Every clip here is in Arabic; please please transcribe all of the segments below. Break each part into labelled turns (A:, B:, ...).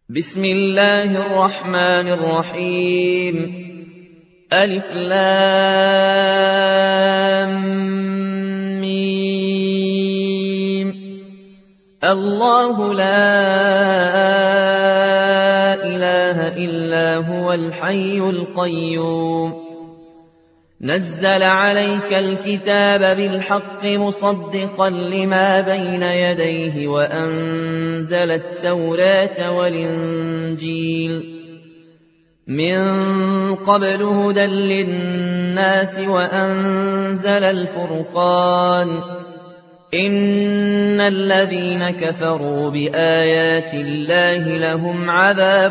A: بسم الله الرحمن الرحيم. ألف لام ميم. الله لا إله إلا هو الحي القيوم. نزل عليك الكتاب بالحق مصدقا لما بين يديه وأنزل التوراة والإنجيل من قبل هدى للناس وأنزل الفرقان. إن الذين كفروا بآيات الله لهم عذاب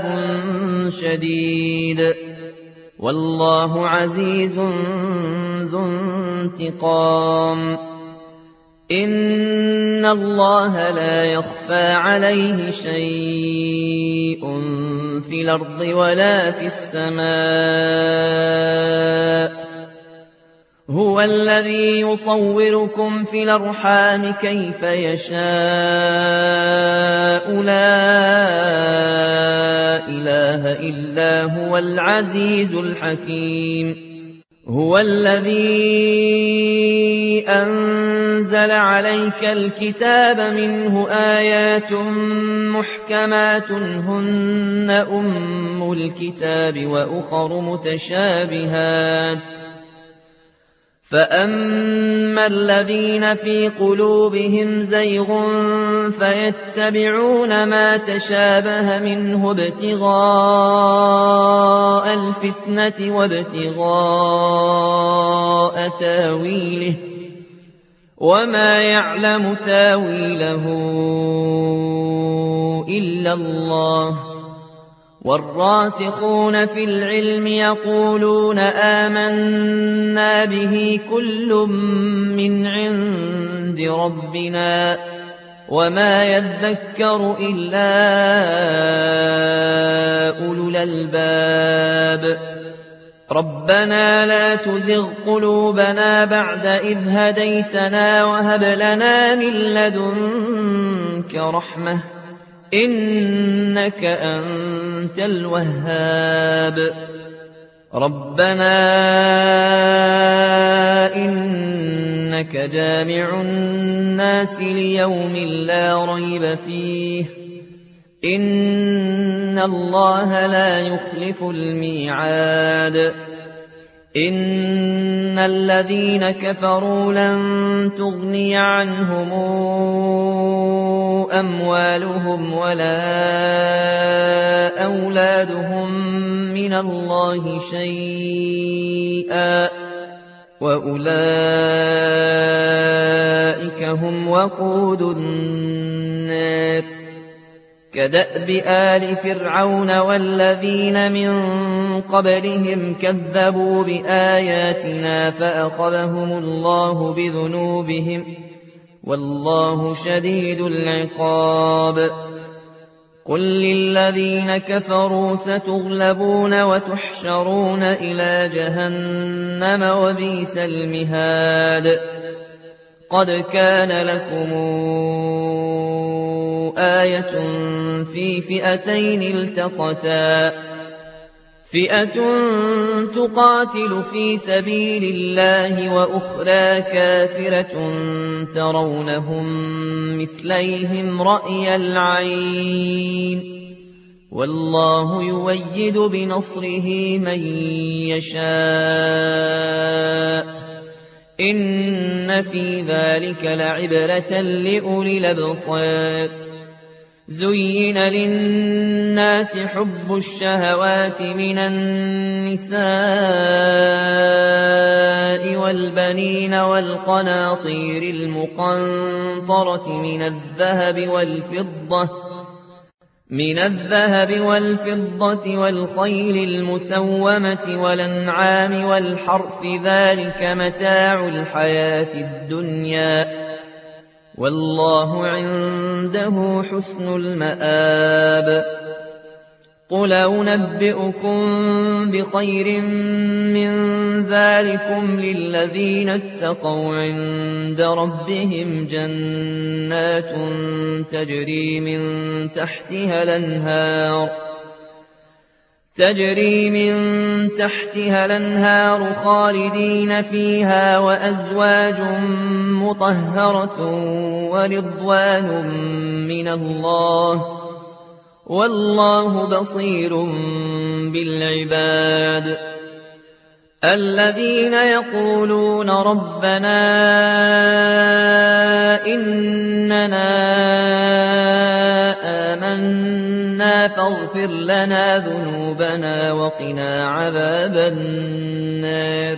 A: شديد والله عزيز ذو انتقام. إن الله لا يخفى عليه شيء في الأرض ولا في السماء. هو الذي يصوركم في الأرحام كيف يشاء لا إله إلا هو العزيز الحكيم. هو الذي أنزل عليك الكتاب منه آيات محكمات هن أم الكتاب وأخر متشابهات. فأما الذين في قلوبهم زيغ فيتبعون ما تشابه منه ابتغاء الفتنة وابتغاء تاويله وما يعلم تاويله إلا الله. والراسخون في العلم يقولون آمنا به كل من عند ربنا وما يذكر إلا أولو الألباب. ربنا لا تزغ قلوبنا بعد إذ هديتنا وهب لنا من لدنك رحمة إنك أنت الوهاب. ربنا إنك جامع الناس ليوم لا ريب فيه إن الله لا يخلف الميعاد. إن الذين كفروا لن تغني عنهم أموالهم ولا أولادهم من الله شيئا وأولئك هم وقود النار. كدأب آل فرعون والذين من قبلهم كذبوا بآياتنا فأخذهم الله بذنوبهم والله شديد العقاب. قل للذين كفروا ستغلبون وتحشرون إلى جهنم وبئس المهاد. قد كان لكم آية في فئتين التقتا فئة تقاتل في سبيل الله وأخرى كافرة ترونهم مثليهم رأي العين والله يؤيد بنصره من يشاء. إن في ذلك لعبرة لأولي الأبصار. زين للناس حب الشهوات من النساء والبنين والقناطير المقنطرة من الذهب والفضة والخيل المسومة والأنعام والحرث ذلك متاع الحياة الدنيا والله عنده حسن المآب. قل أنبئكم بخير من ذلكم للذين اتقوا عند ربهم جنات تجري من تحتها الأنهار خالدين فيها وأزواج مطهرة ورضوان من الله والله بصير بالعباد الذين يقولون ربنا إننا آمنا فاغفر لنا ذنوبنا وقنا عذاب النار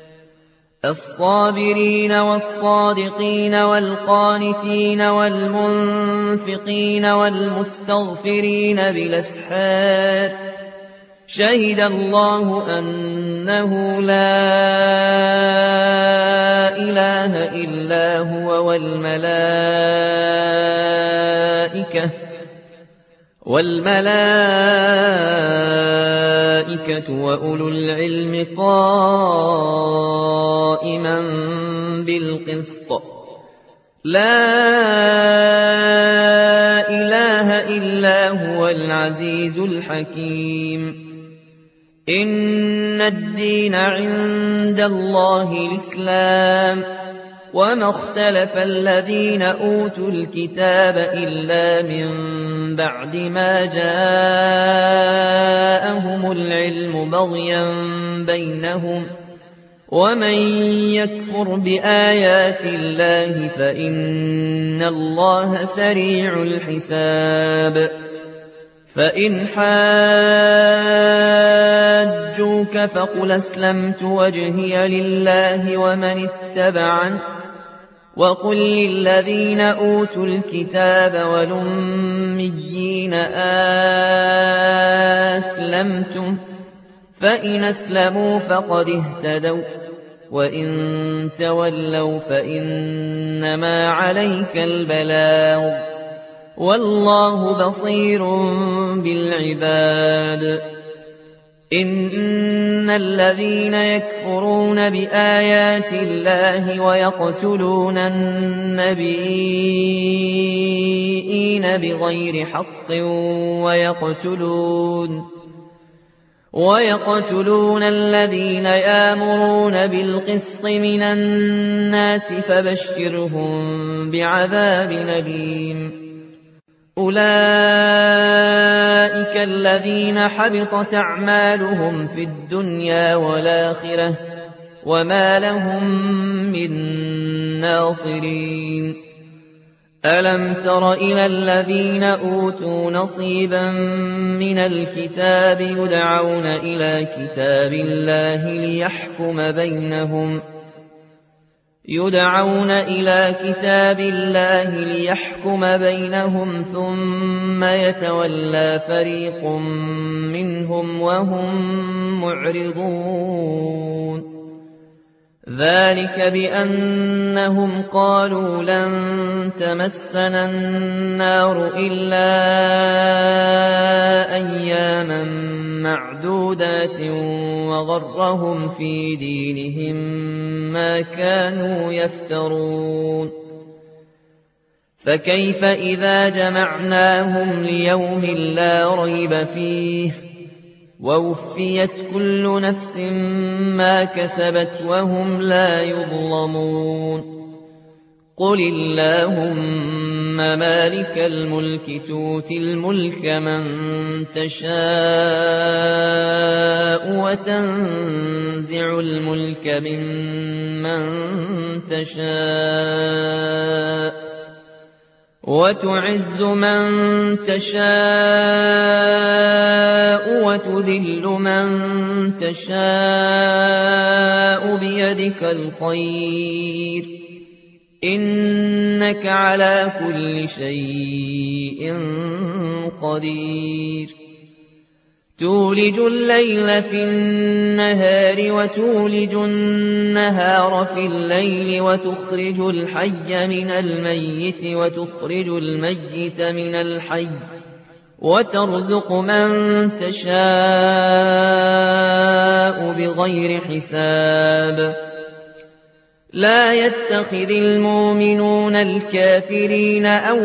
A: الصابرين والصادقين والقانتين والمنفقين والمستغفرين بالأسحار شهد الله أنه لا إله إلا هو والملائكة وأولو العلم قائما بالقسط لا إله إلا هو العزيز الحكيم إن الدين عند الله الإسلام وما اختلف الذين أوتوا الكتاب إلا من بعد ما جاءهم العلم بغيا بينهم ومن يكفر بآيات الله فإن الله سريع الحساب فإن حاجوك فقل أسلمت وجهي لله ومن اتبعني وقل للذين أوتوا الكتاب والأميين أسلمتم فإن أسلموا فقد اهتدوا وإن تولوا فإنما عليك البلاغ والله بصير بالعباد إن الذين يكفرون بآيات الله ويقتلون النبيين بغير حق ويقتلون الذين يأمرون بالقسط من الناس فبشرهم بعذاب أليم أولئك الذين حبطت أعمالهم في الدنيا والآخرة وما لهم من ناصرين ألم تر إلى الذين أوتوا نصيبا من الكتاب يدعون إلى كتاب الله ليحكم بينهم ثم يتولى فريق منهم وهم معرضون ذلك بأنهم قالوا لن تمسنا النار إلا أياما معدودات وغرهم في دينهم ما كانوا يفترون فكيف إذا جمعناهم ليوم لا ريب فيه ووفيت كل نفس ما كسبت وهم لا يظلمون قل اللهم مالك الملك تؤتي الملك من تشاء وتنزع الملك ممن تشاء وتعز من تشاء وتذل من تشاء بيدك الخير إنك على كل شيء قدير تولج الليل في النهار وتولج النهار في الليل وتخرج الحي من الميت وتخرج الميت من الحي وترزق من تشاء بغير حساب. لا يتخذ المؤمنون الكافرين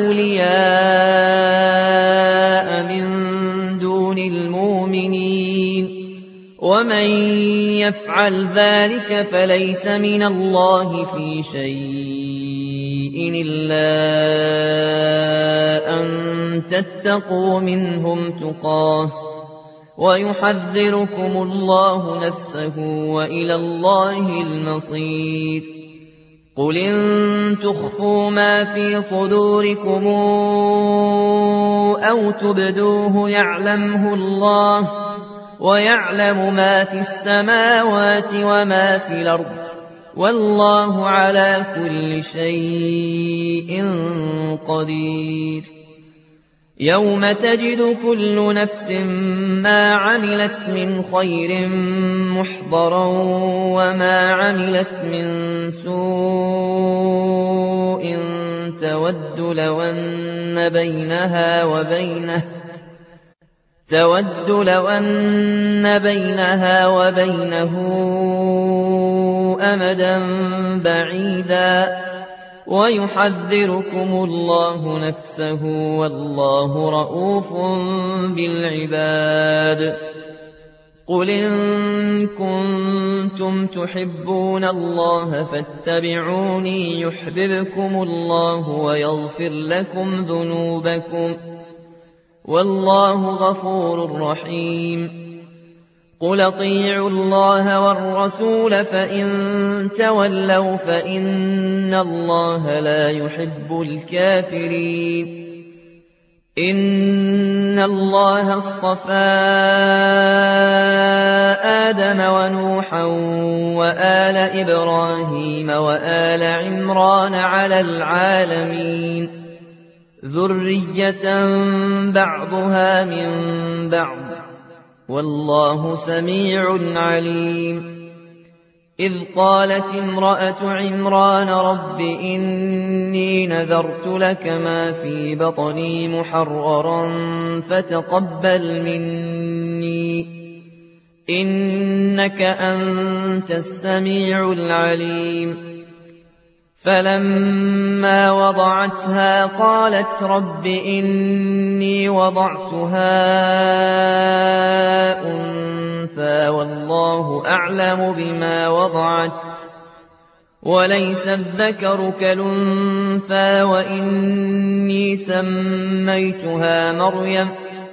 A: أولياء من دون المؤمنين، ومن يفعل ذلك فليس من الله في شيء إلا أن تتقوا منهم تقاه، ويحذركم الله نفسه، وإلى الله المصير. قل إن تخفوا ما في صدوركم أو تبدوه يعلمه الله، ويعلم ما في السماوات وما في الأرض، والله على كل شيء قدير. يوم تجد كل نفس ما عملت من خير محضرا وما عملت من سوء تود لو أن بينها وبينه أمدا بعيدا، ويحذركم الله نفسه، والله رءوف بالعباد. قل إن كنتم تحبون الله فاتبعوني يحببكم الله ويغفر لكم ذنوبكم، والله غفور رحيم. قل اطيعوا الله والرسول فإن تولوا فإن الله لا يحب الكافرين. إن الله اصطفى آدم ونوحا وآل إبراهيم وآل عمران على العالمين ذرية بعضها من بعض، والله سميع عليم. إذ قالت امرأة عمران رب إني نذرت لك ما في بطني محررا فتقبل مني إنك أنت السميع العليم. فلما وضعتها قالت رب إني وضعتها أنثى والله أعلم بما وضعت وليس الذكر كالأنثى وإني سميتها مريم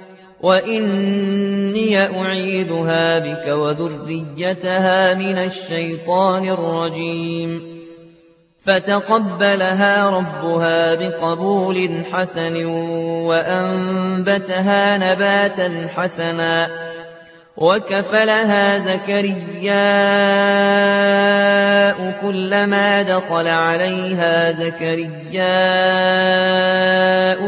A: وإني أعيذها بك وذريتها من الشيطان الرجيم. فتقبلها ربها بقبول حسن وأنبتها نباتا حسنا وكفلها زكرياء كلما دخل عليها زكرياء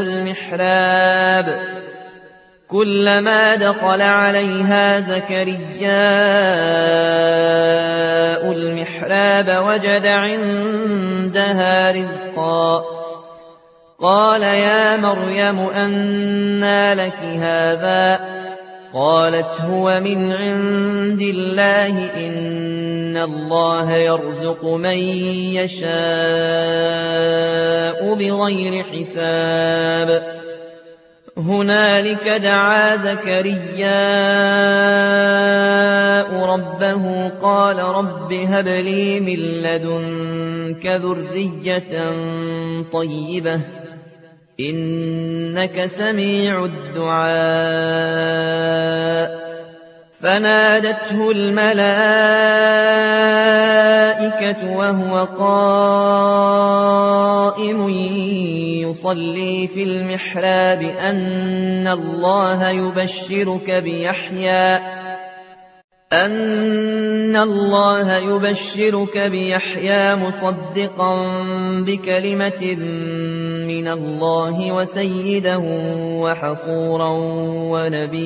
A: المحراب وجد عندها رزقا قال يا مريم أنى لك هذا قالت هو من عند الله إن الله يرزق من يشاء بغير حساب. هنالك دعا زكرياء ربه قال رب هب لي من لدنك ذرية طيبة إنك سميع الدعاء. فنادته الملائكة وهو قائم يصلي في المحراب أن الله يبشرك بيحيى مصدقا بكلمة من الله وسيدا وحصورا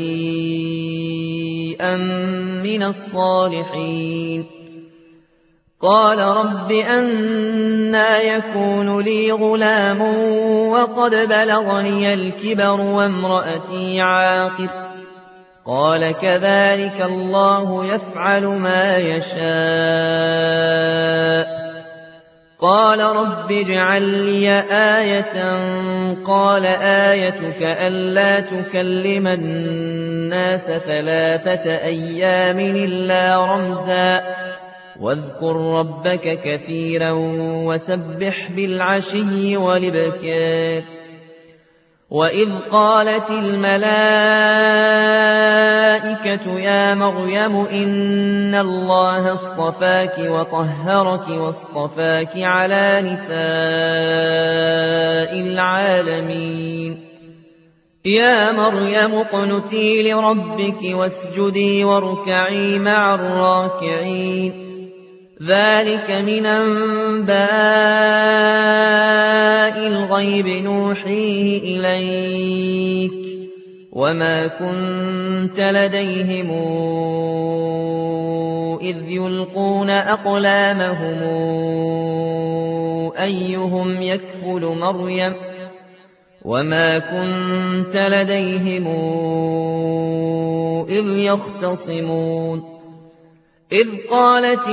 A: ونبيا من الصالحين. قال رب أنى يكون لي غلام وقد بلغني الكبر وامرأتي عاقر قال كذلك الله يفعل ما يشاء قال رب اجعل لي آية قال آيتك ألا تكلم الناس 3 أيام إلا رمزا واذكر ربك كثيرا وسبح بالعشي والإبكار وإذ قالت الملائكة يا مريم إن الله اصطفاك وطهرك واصطفاك على نساء العالمين يا مريم اقنتي لربك واسجدي واركعي مع الراكعين ذلك من أنباء الغيب نوحيه إليك وما كنت لديهم إذ يلقون أقلامهم أيهم يكفل مريم وما كنت لديهم إذ يختصمون إذ قالت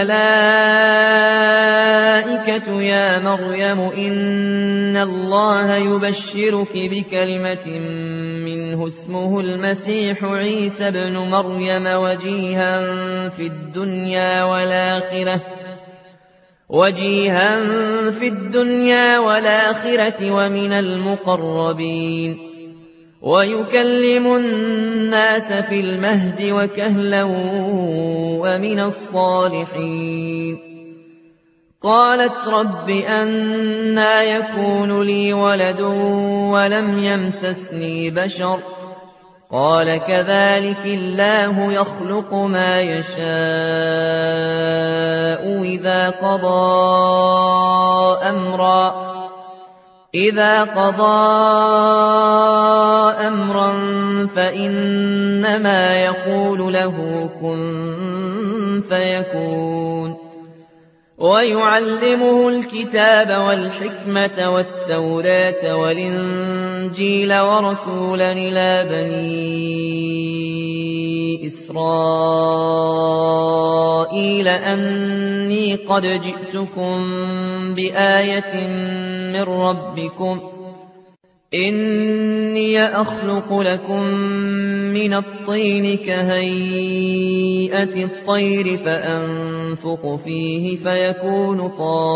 A: الملائكة يا مريم إن الله يبشرك بكلمة منه اسمه المسيح عيسى ابن مريم وجيها في الدنيا والآخرة ومن المقربين ويكلم الناس في المهد وكهلا ومن الصالحين قالت رب أنى يكون لي ولد ولم يمسسني بشر قال كذلك الله يخلق ما يشاء إذا قضى أمرا فإنما يقول له كن فيكون ويعلمه الكتاب والحكمة والتوراة والإنجيل ورسولا إلى بني إسرائيل أني قد جئتكم بآية من ربكم إني أخلق لكم من الطين كهيئة الطير فأنفخ فيه فيكون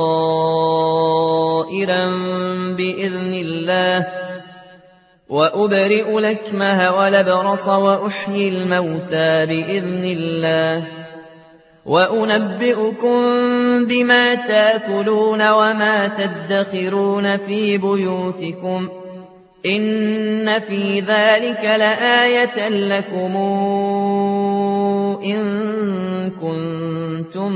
A: طائرا بإذن الله وأبرئ الأكمه والأبرص وأحيي الموتى بإذن الله وأنبئكم بما تأكلون وما تدخرون في بيوتكم إن في ذلك لآية لكم إن كنتم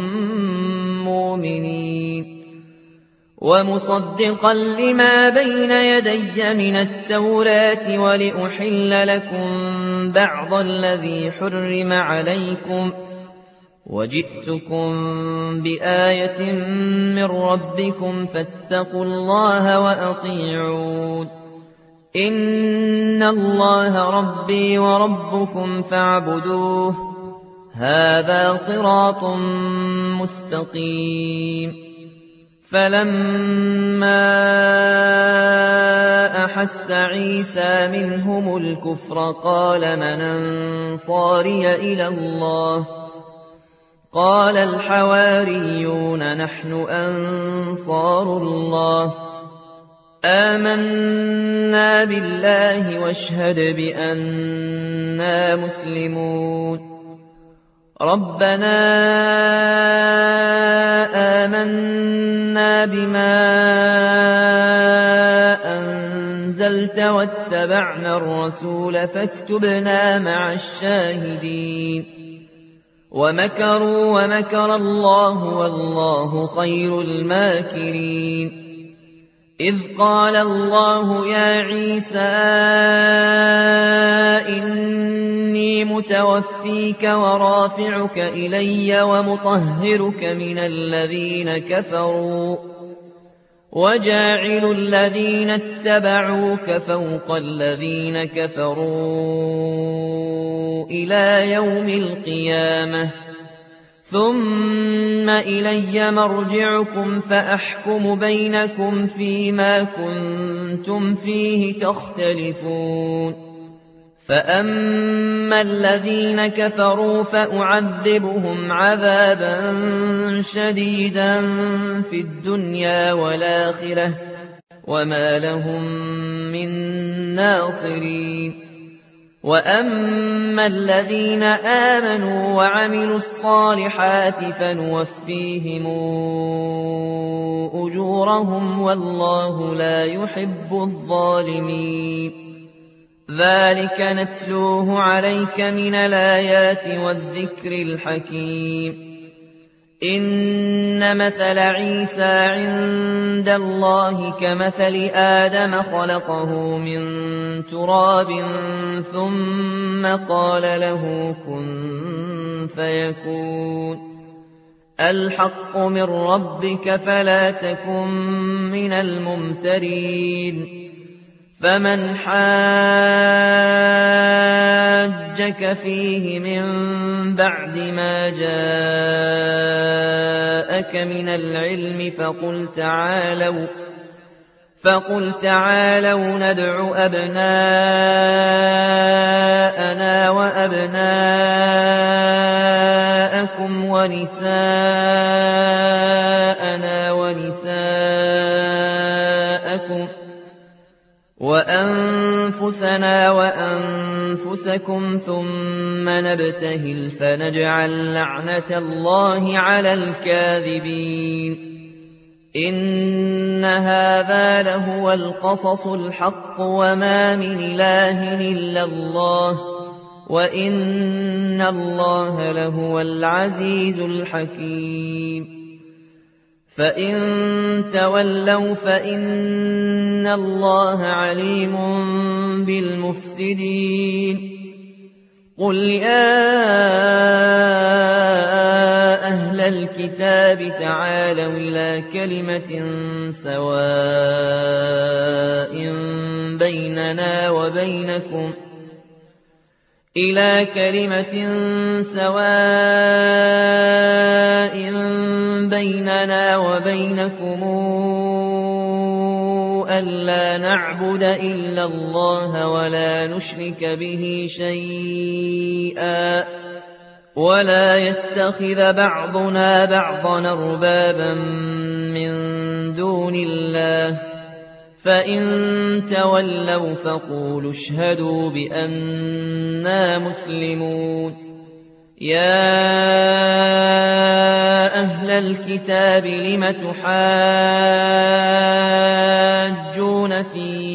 A: مؤمنين ومصدقا لما بين يدي من التوراة ولأحل لكم بعض الذي حرم عليكم وجئتكم بآية من ربكم فاتقوا الله وأطيعون إن الله ربي وربكم فاعبدوه هذا صراط مستقيم فلما أحس عيسى منهم الكفر قال من أنصاري إلى الله قال الحواريون نحن أنصار الله آمنا بالله واشهد بأننا مسلمون ربنا آمنا بما أنزلت واتبعنا الرسول فاكتبنا مع الشاهدين ومكروا ومكر الله والله خير الماكرين إذ قال الله يا عيسى إني متوفيك ورافعك إلي ومطهرك من الذين كفروا وجاعل الذين اتبعوك فوق الذين كفروا إلى يوم القيامة ثم إلي مرجعكم فأحكم بينكم فيما كنتم فيه تختلفون فأما الذين كفروا فأعذبهم عذابا شديدا في الدنيا والآخرة وما لهم من ناصرين وأما الذين آمنوا وعملوا الصالحات فنوفيهم أجورهم والله لا يحب الظالمين ذلك نتلوه عليك من الآيات والذكر الحكيم إن مثل عيسى عند الله كمثل آدم خلقه من تراب ثم قال له كن فيكون الحق من ربك فلا تكن من الممترين فمن حاجك فيه من بعد ما جاءك من العلم فقل تعالوا ندع أبناءنا وأبناءكم ونساءنا ونساءكم وأنفسنا وأنفسكم ثم نبتهل فنجعل لعنة الله على الكاذبين إن هذا لهو القصص الحق وما من إله إلا الله وإن الله لهو العزيز الحكيم فإن تولوا فإن الله عليم بالمفسدين قل يا أهل الكتاب تعالوا إلى كلمة سواء بيننا وبينكم ألا نعبد إلا الله ولا نشرك به شيئا ولا يتخذ بعضنا بعضا أربابا من دون الله فإن تولوا فقولوا اشهدوا بأننا مسلمون يا أهل الكتاب لم تحاجون في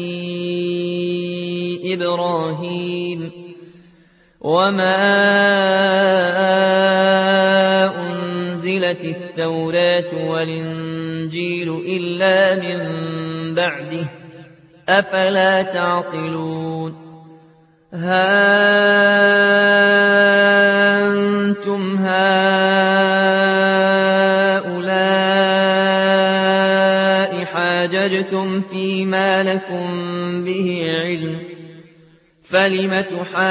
A: إبراهيم وما أنزلت التوراة والإنجيل إلا من بعده أفلا تعقلون ها أنتم هؤلاء حاججتم فيما لكم به علم فلم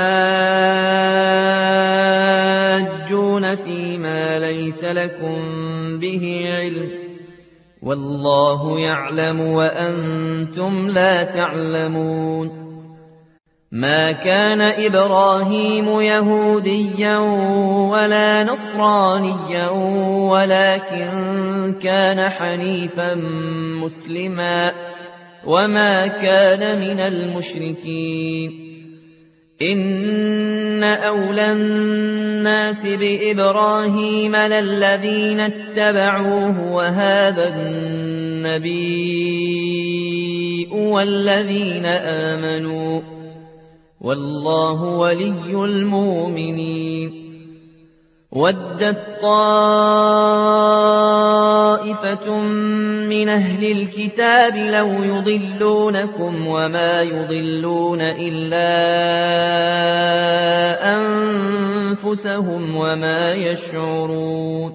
A: تحاجون فيما ليس لكم به علم والله يعلم وأنتم لا تعلمون ما كان إبراهيم يهوديا ولا نصرانيا ولكن كان حنيفا مسلما وما كان من المشركين إن أولى الناس بإبراهيم للذين اتبعوه وهذا النبي والذين آمنوا والله ولي المؤمنين ودت طائفة من أهل الكتاب لو يضلونكم وما يضلون إلا أنفسهم وما يشعرون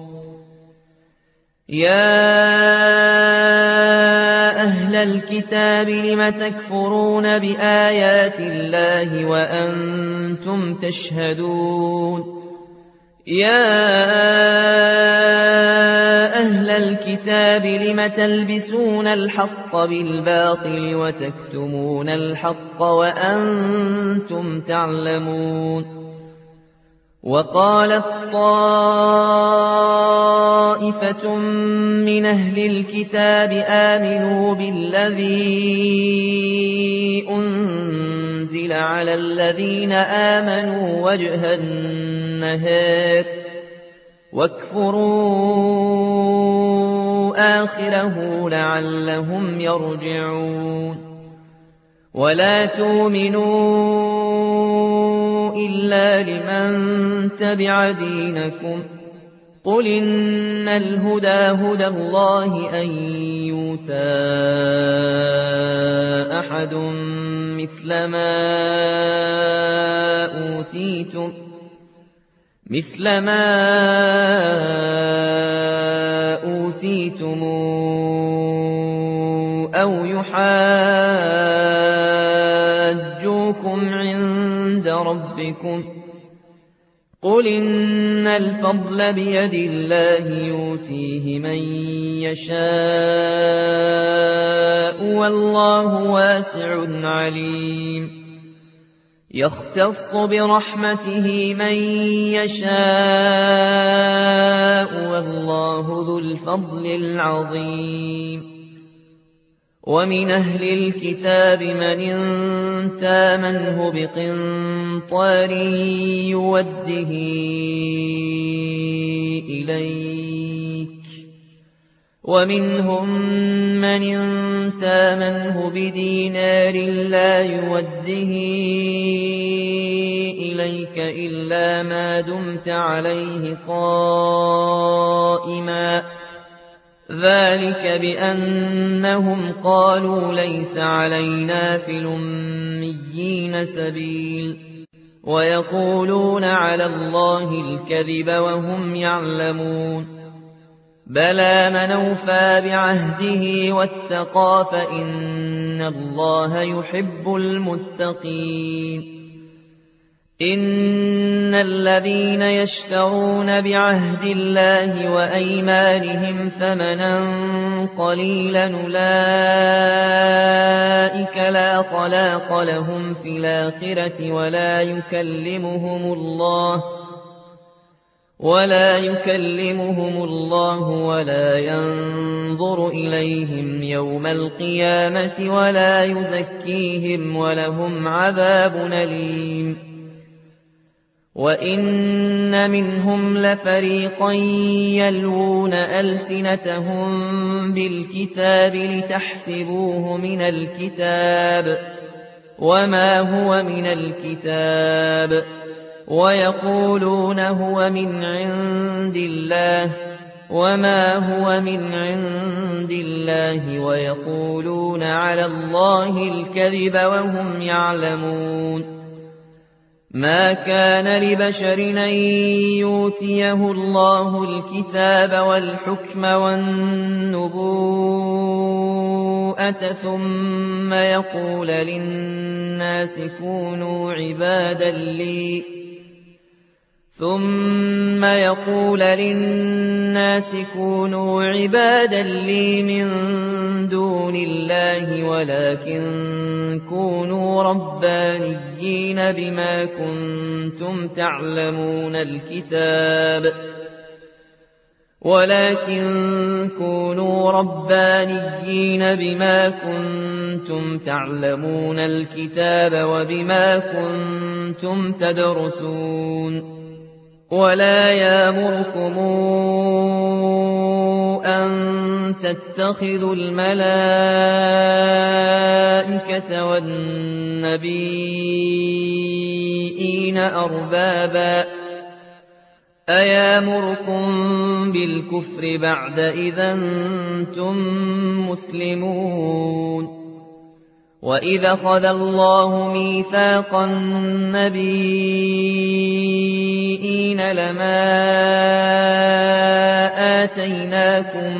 A: يا أهل الكتاب لم تكفرون بآيات الله وأنتم تشهدون يا أهل الكتاب لم تلبسون الحق بالباطل وتكتمون الحق وأنتم تعلمون وقالت طائفة من أهل الكتاب آمنوا بالذي أنزل على الذين آمنوا وجه النهار واكفروا آخره لعلهم يرجعون ولا تؤمنوا إلا لمن تبع دينكم قل إن الهدى هدى الله أن يؤتى أحد مثل ما أوتيتم أو يحاجوكم عند ربكم قل إن الفضل بيد الله يؤتيه من يشاء والله واسع عليم يختص برحمته من يشاء والله ذو الفضل العظيم ومن أهل الكتاب من تامنه بقنطار يوده إليك ومنهم من تامنه بدينار لا يوده إليك إلا ما دمت عليه قائما ذلك بأنهم قالوا ليس علينا في الأميين سبيل ويقولون على الله الكذب وهم يعلمون بلى من أوفى بعهده واتقى فإن الله يحب المتقين إن الذين يشترون بعهد الله وأيمانهم ثمنا قليلا أولئك لا خلاق لهم في الآخرة ولا يكلمهم الله ولا ينظر إليهم يوم القيامة ولا يزكيهم ولهم عذاب أليم وإن منهم لفريقا يلوون ألسنتهم بالكتاب لتحسبوه من الكتاب وما هو من الكتاب ويقولون هو من عند الله وما هو من عند الله ويقولون على الله الكذب وهم يعلمون ما كان لبشر أن يؤتيه الله الكتاب والحكم والنبوءة ثم يقول للناس كونوا عبادا لي من دون الله ولكن كونوا ربانيين بما كنتم تعلمون الكتاب وبما كنتم تدرسون ولا يأمركم أن تتخذوا الملائكة والنبيين أربابا أيامركم بالكفر بعد إذا أنتم مسلمون وَإِذْ أَخَذَ اللَّهُ مِيثَاقَ النَّبِيِّينَ لَمَا آتَيْنَاكُم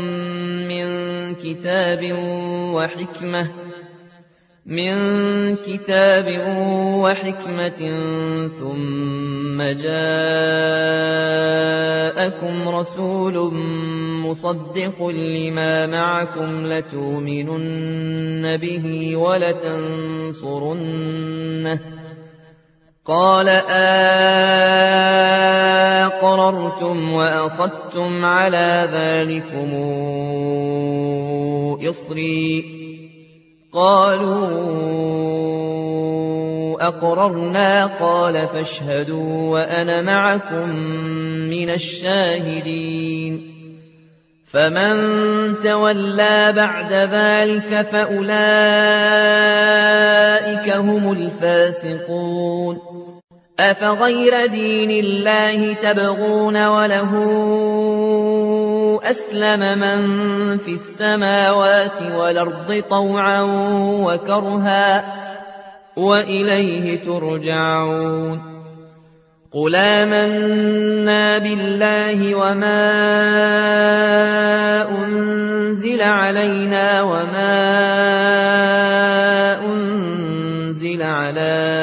A: مِّن كِتَابٍ وَحِكْمَةٍ ثُمَّ جَاءَكُمْ رَسُولٌ مُّصَدِّقٌ لِّمَا مَعَكُمْ لَتُؤْمِنُنَّ بِهِ وَلَتَنصُرُنَّهُ قَالَ أَقْرَرْتُمْ وَأَخَذْتُمْ عَلَىٰ ذَٰلِكُمْ إِصْرِي قَالُوا أَقْرَرْنَا قَالَ فَاشْهَدُوا وَأَنَا مَعَكُم مِّنَ الشَّاهِدِينَ فَمَن تَوَلَّىٰ بَعْدَ ذَٰلِكَ فَأُولَٰئِكَ هُمُ الْفَاسِقُونَ أَفَغَيْرَ دِينِ اللَّهِ تَبْغُونَ وَلَهُ أَسْلَمَ مَن فِي السَّمَاوَاتِ وَالْأَرْضِ طَوْعًا وَكَرْهًا وَإِلَيْهِ تُرْجَعُونَ قُلْ آمَنَّا بِاللَّهِ وَمَا أُنزِلَ عَلَيْنَا وَمَا أُنزِلَ عَلَىٰ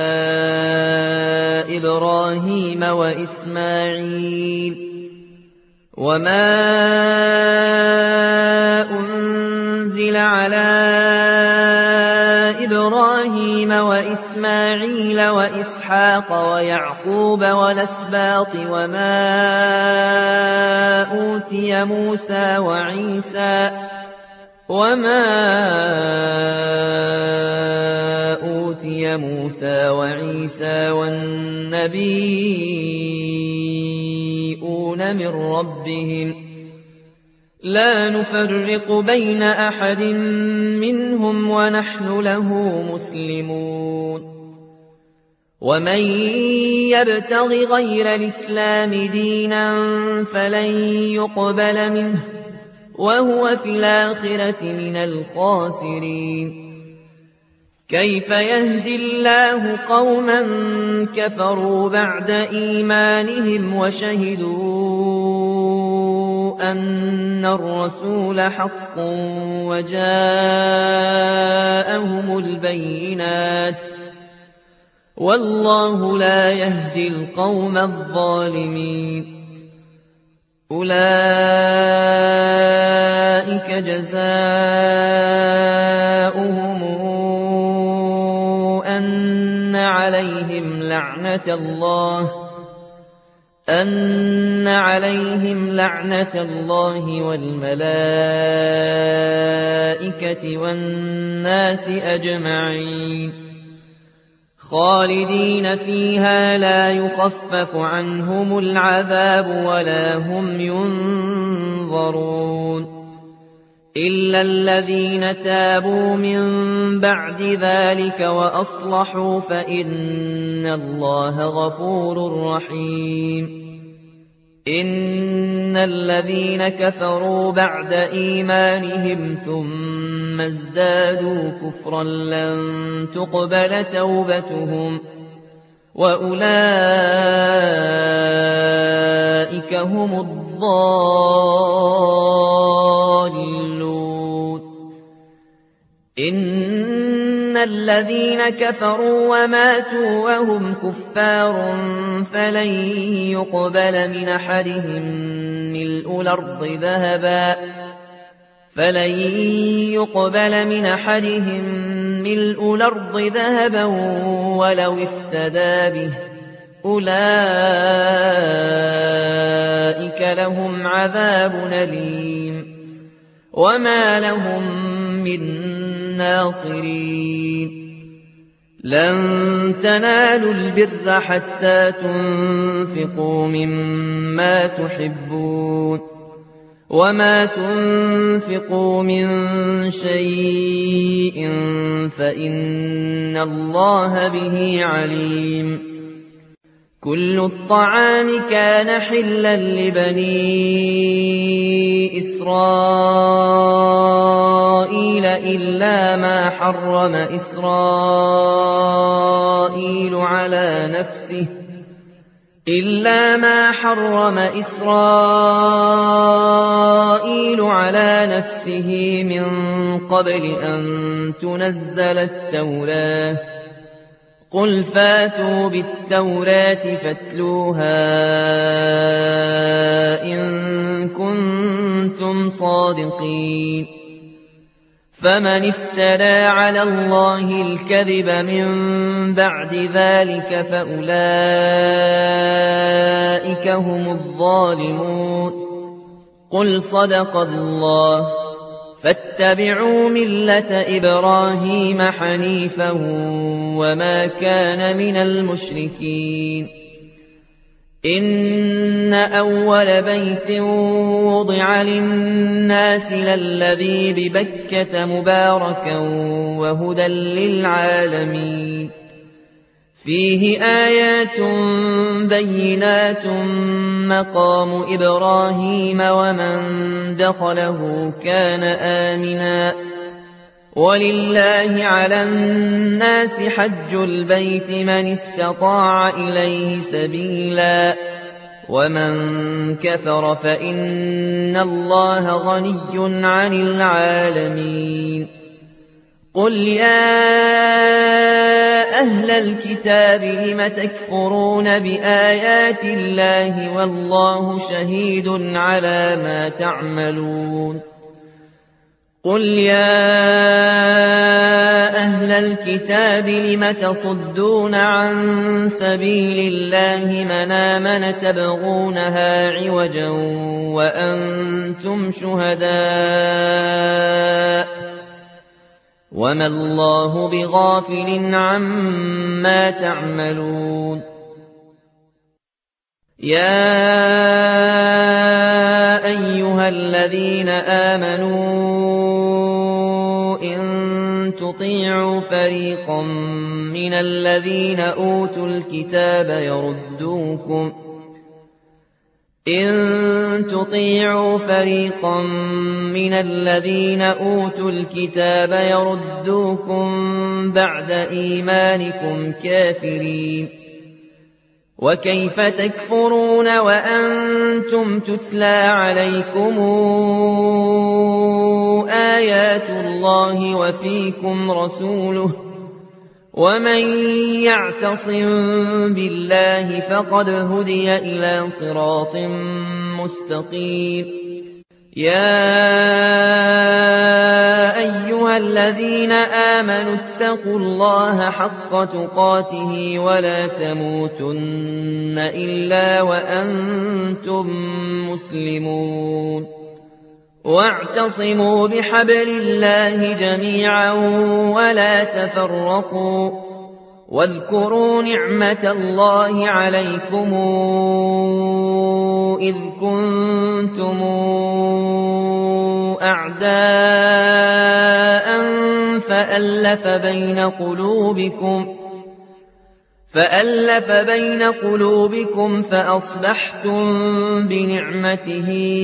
A: إِبْرَاهِيمَ وَإِسْمَاعِيلَ وَإِسْحَاقَ وَيَعْقُوبَ وَالْأَسْبَاطِ وَمَا أُوتِيَ مُوسَىٰ وَعِيسَىٰ وَالنَّبِيُّونَ مِن رَّبِّهِمْ لَا نُفَرِّقُ بَيْنَ أَحَدٍ مِّنْهُمْ وَنَحْنُ لَهُ مُسْلِمُونَ وَمَن يَبْتَغِ غَيْرَ الْإِسْلَامِ دِينًا فَلَن يُقْبَلَ مِنْهُ وَهُوَ فِي الْآخِرَةِ مِنَ الْخَاسِرِينَ كَيْفَ يَهْدِي اللَّهُ قَوْمًا كَفَرُوا بَعْدَ إِيمَانِهِمْ وَشَهِدُوا أَنَّ الرَّسُولَ حَقٌّ وَجَاءَهُمُ الْبَيِّنَاتُ وَاللَّهُ لَا يَهْدِي الْقَوْمَ الظَّالِمِينَ أُولَئِكَ جَزَاؤُهُمْ أَنَّ عَلَيْهِمْ لَعْنَةَ اللَّهِ وَالْمَلَائِكَةِ وَالنَّاسِ أَجْمَعِينَ خَالِدِينَ فِيهَا لَا يُخَفَّفُ عَنْهُمُ الْعَذَابُ وَلَا هُمْ يُنظَرُونَ إِلَّا الَّذِينَ تَابُوا مِن بَعْدِ ذَلِكَ وَأَصْلَحُوا فَإِنَّ اللَّهَ غَفُورٌ رَّحِيمٌ إِنَّ الَّذِينَ كَفَرُوا بَعْدَ إِيمَانِهِمْ ثُمَّ ازْدَادُوا كُفْرًا لَّن تُقْبَلَ تَوْبَتُهُمْ وَأُولَٰئِكَ هُمُ الضَّالُّونَ إِنَّ الَّذِينَ كَفَرُوا وَمَاتُوا وَهُمْ كُفَّارٌ فَلَن يُقْبَلَ مِنْ أَحَدِهِم مِّلْءُ الْأَرْضِ ذَهَبًا وَلَوِ افْتَدَىٰ بِهِ أُولَٰئِكَ لَهُمْ عَذَابٌ أَلِيمٌ وَمَا لَهُم مِّن نَّاصِرِينَ لَن تَنَالُوا الْبِرَّ حَتَّىٰ تُنفِقُوا مِمَّا تُحِبُّونَ وَمَا تُنفِقُوا مِن شَيْءٍ فَإِنَّ اللَّهَ بِهِ عَلِيمٌ كُلُّ الطَّعَامِ كَانَ حِلًّا لِّبَنِي إِسْرَائِيلَ إلا ما حرم إسرائيل على نفسه من قبل أن تنزل التوراة قل فاتوا بالتوراة فاتلوها إن كنتم صادقين فمن افترى على الله الكذب من بعد ذلك فأولئك هم الظالمون قل صدق الله فاتبعوا ملة إبراهيم حنيفا وما كان من المشركين إن أول بيت وضع للناس للذي ببكة مباركا وهدى للعالمين فيه آيات بينات مقام إبراهيم ومن دخله كان آمنا ولله على الناس حج البيت من استطاع إليه سبيلا ومن كفر فإن الله غني عن العالمين قل يا أهل الكتاب لم تكفرون بآيات الله والله شهيد على ما تعملون قل يا أهل الكتاب لم تصدون عن سبيل الله من آمن تبغونها عوجا وأنتم شهداء وما الله بغافل عما تعملون يا أيها الذين آمنوا إن تطيعوا فريقا من الذين أوتوا الكتاب يردوكم بعد إيمانكم كافرين وكيف تكفرون وأنتم تتلى عليكم آيات الله وفيكم رسوله ومن يعتصم بالله فقد هدي إلى صراط مستقيم يا أيها الذين آمنوا اتقوا الله حق تقاته ولا تموتن إلا وأنتم مسلمون واعتصموا بحبل الله جميعا ولا تفرقوا واذكروا نعمة الله عليكم إذ كنتم أعداء فألف بين قلوبكم فأصبحتم بنعمته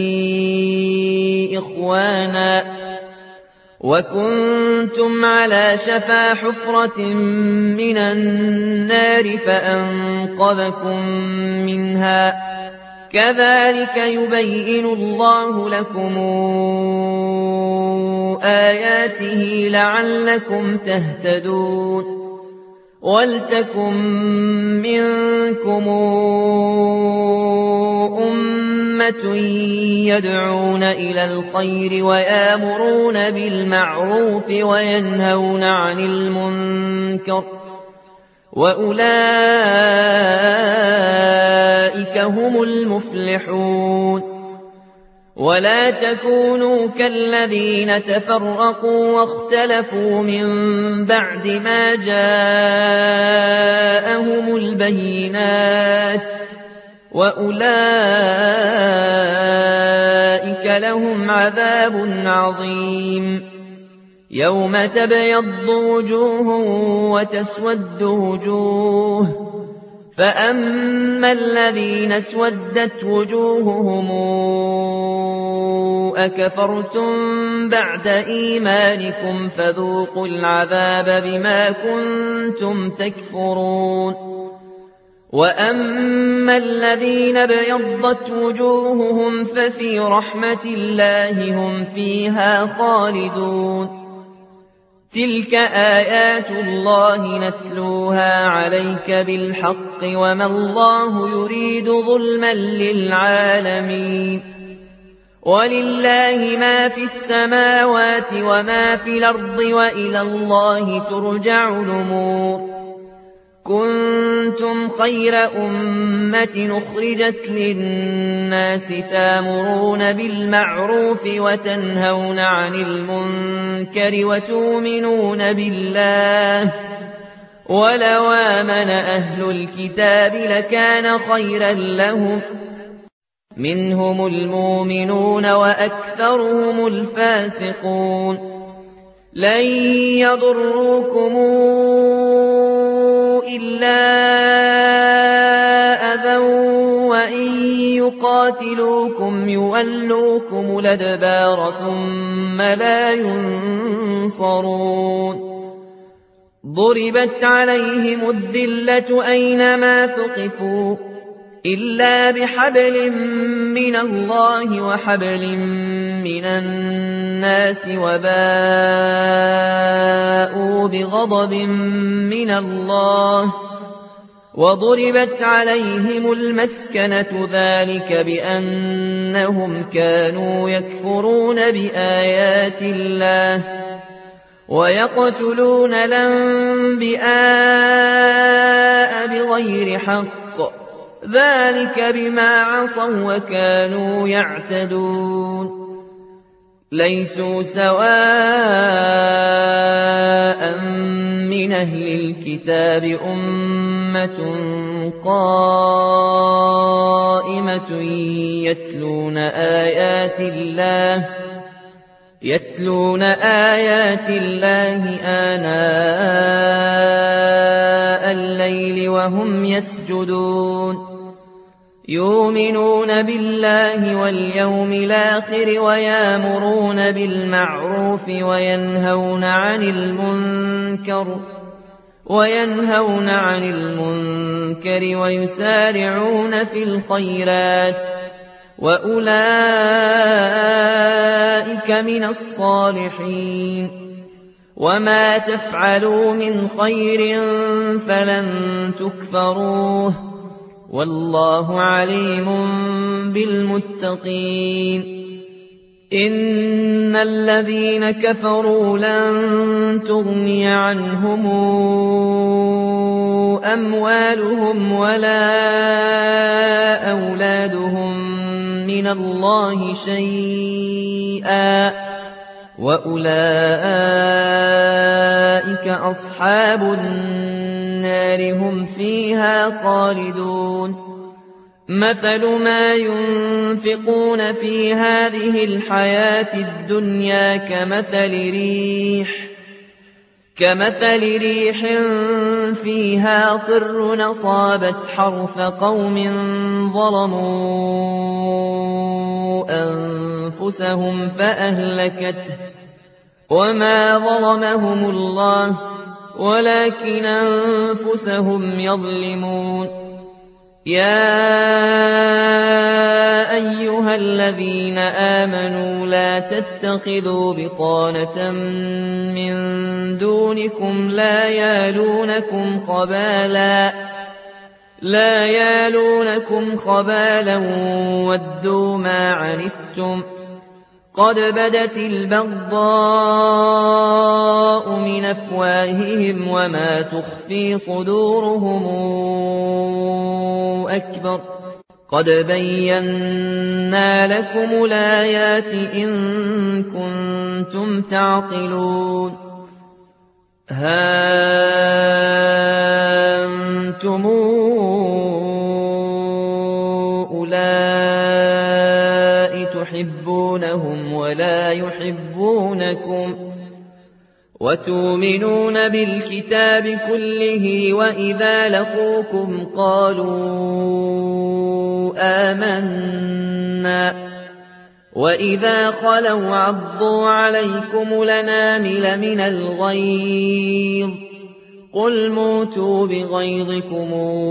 A: إخوانا وكنتم على شفا حفرة من النار فأنقذكم منها كذلك يبين الله لكم آياته لعلكم تهتدون ولتكن منكم أمة يدعون إلى الخير ويأمرون بالمعروف وينهون عن المنكر وأولئك هم المفلحون ولا تكونوا كالذين تفرقوا واختلفوا من بعد ما جاءهم البينات وأولئك لهم عذاب عظيم يوم تبيض وجوه وتسود وجوه فأما الذين اسودت وجوههم أكفرتم بعد إيمانكم فذوقوا العذاب بما كنتم تكفرون وأما الذين ابيضت وجوههم ففي رحمة الله هم فيها خالدون تلك آيات الله نتلوها عليك بالحق وما الله يريد ظلما للعالمين ولله ما في السماوات وما في الأرض وإلى الله ترجع الأمور كنتم خير أمة أخرجت للناس تأمرون بالمعروف وتنهون عن المنكر وتؤمنون بالله ولو آمن أهل الكتاب لكان خيرا لهم منهم المؤمنون وأكثرهم الفاسقون لن يضروكم إلا أذى وإن يقاتلوكم يولوكم الأدبار ثم لا ينصرون ضربت عليهم الذلة أينما ثقفوا إلا بحبل من الله وحبل من الناس وباءوا بغضب من الله وضربت عليهم المسكنة ذلك بأنهم كانوا يكفرون بآيات الله ويقتلون الأنبياء بغير حق ذلك بما عصوا وكانوا يعتدون ليسوا سواء من أهل الكتاب أمة قائمة يتلون آيات الله آناء الليل وهم يسجدون يؤمنون بالله واليوم الآخر ويأمرون بالمعروف وينهون عن المنكر ويسارعون في الخيرات وأولئك من الصالحين وما تفعلوا من خير فلن تكفروه والله عليم بالمتقين إن الذين كفروا لن تغني عنهم أموالهم ولا أولادهم من الله شيئا وأولئك أصحاب النار هم فيها خالدون مثل ما ينفقون في هذه الحياة الدنيا كمثل ريح فيها صر أصابت حرث قوم ظلموا أنفسهم فأهلكته وما ظلمهم الله ولكن أنفسهم يظلمون يا أيها الذين آمنوا لا تتخذوا بطانة من دونكم لا يالونكم خبالا ودوا ما عنتم قد بدت البغضاء من أفواههم وما تخفي صدورهم أكبر قد بينا لكم الآيات إن كنتم تعقلون ها أنتم أولئك تحبونهم ولا يحبونكم وتؤمنون بالكتاب كله وإذا لقوكم قالوا آمنا وإذا خلوا عضوا عليكم الأنامل من الغيظ قل موتوا بغيظكم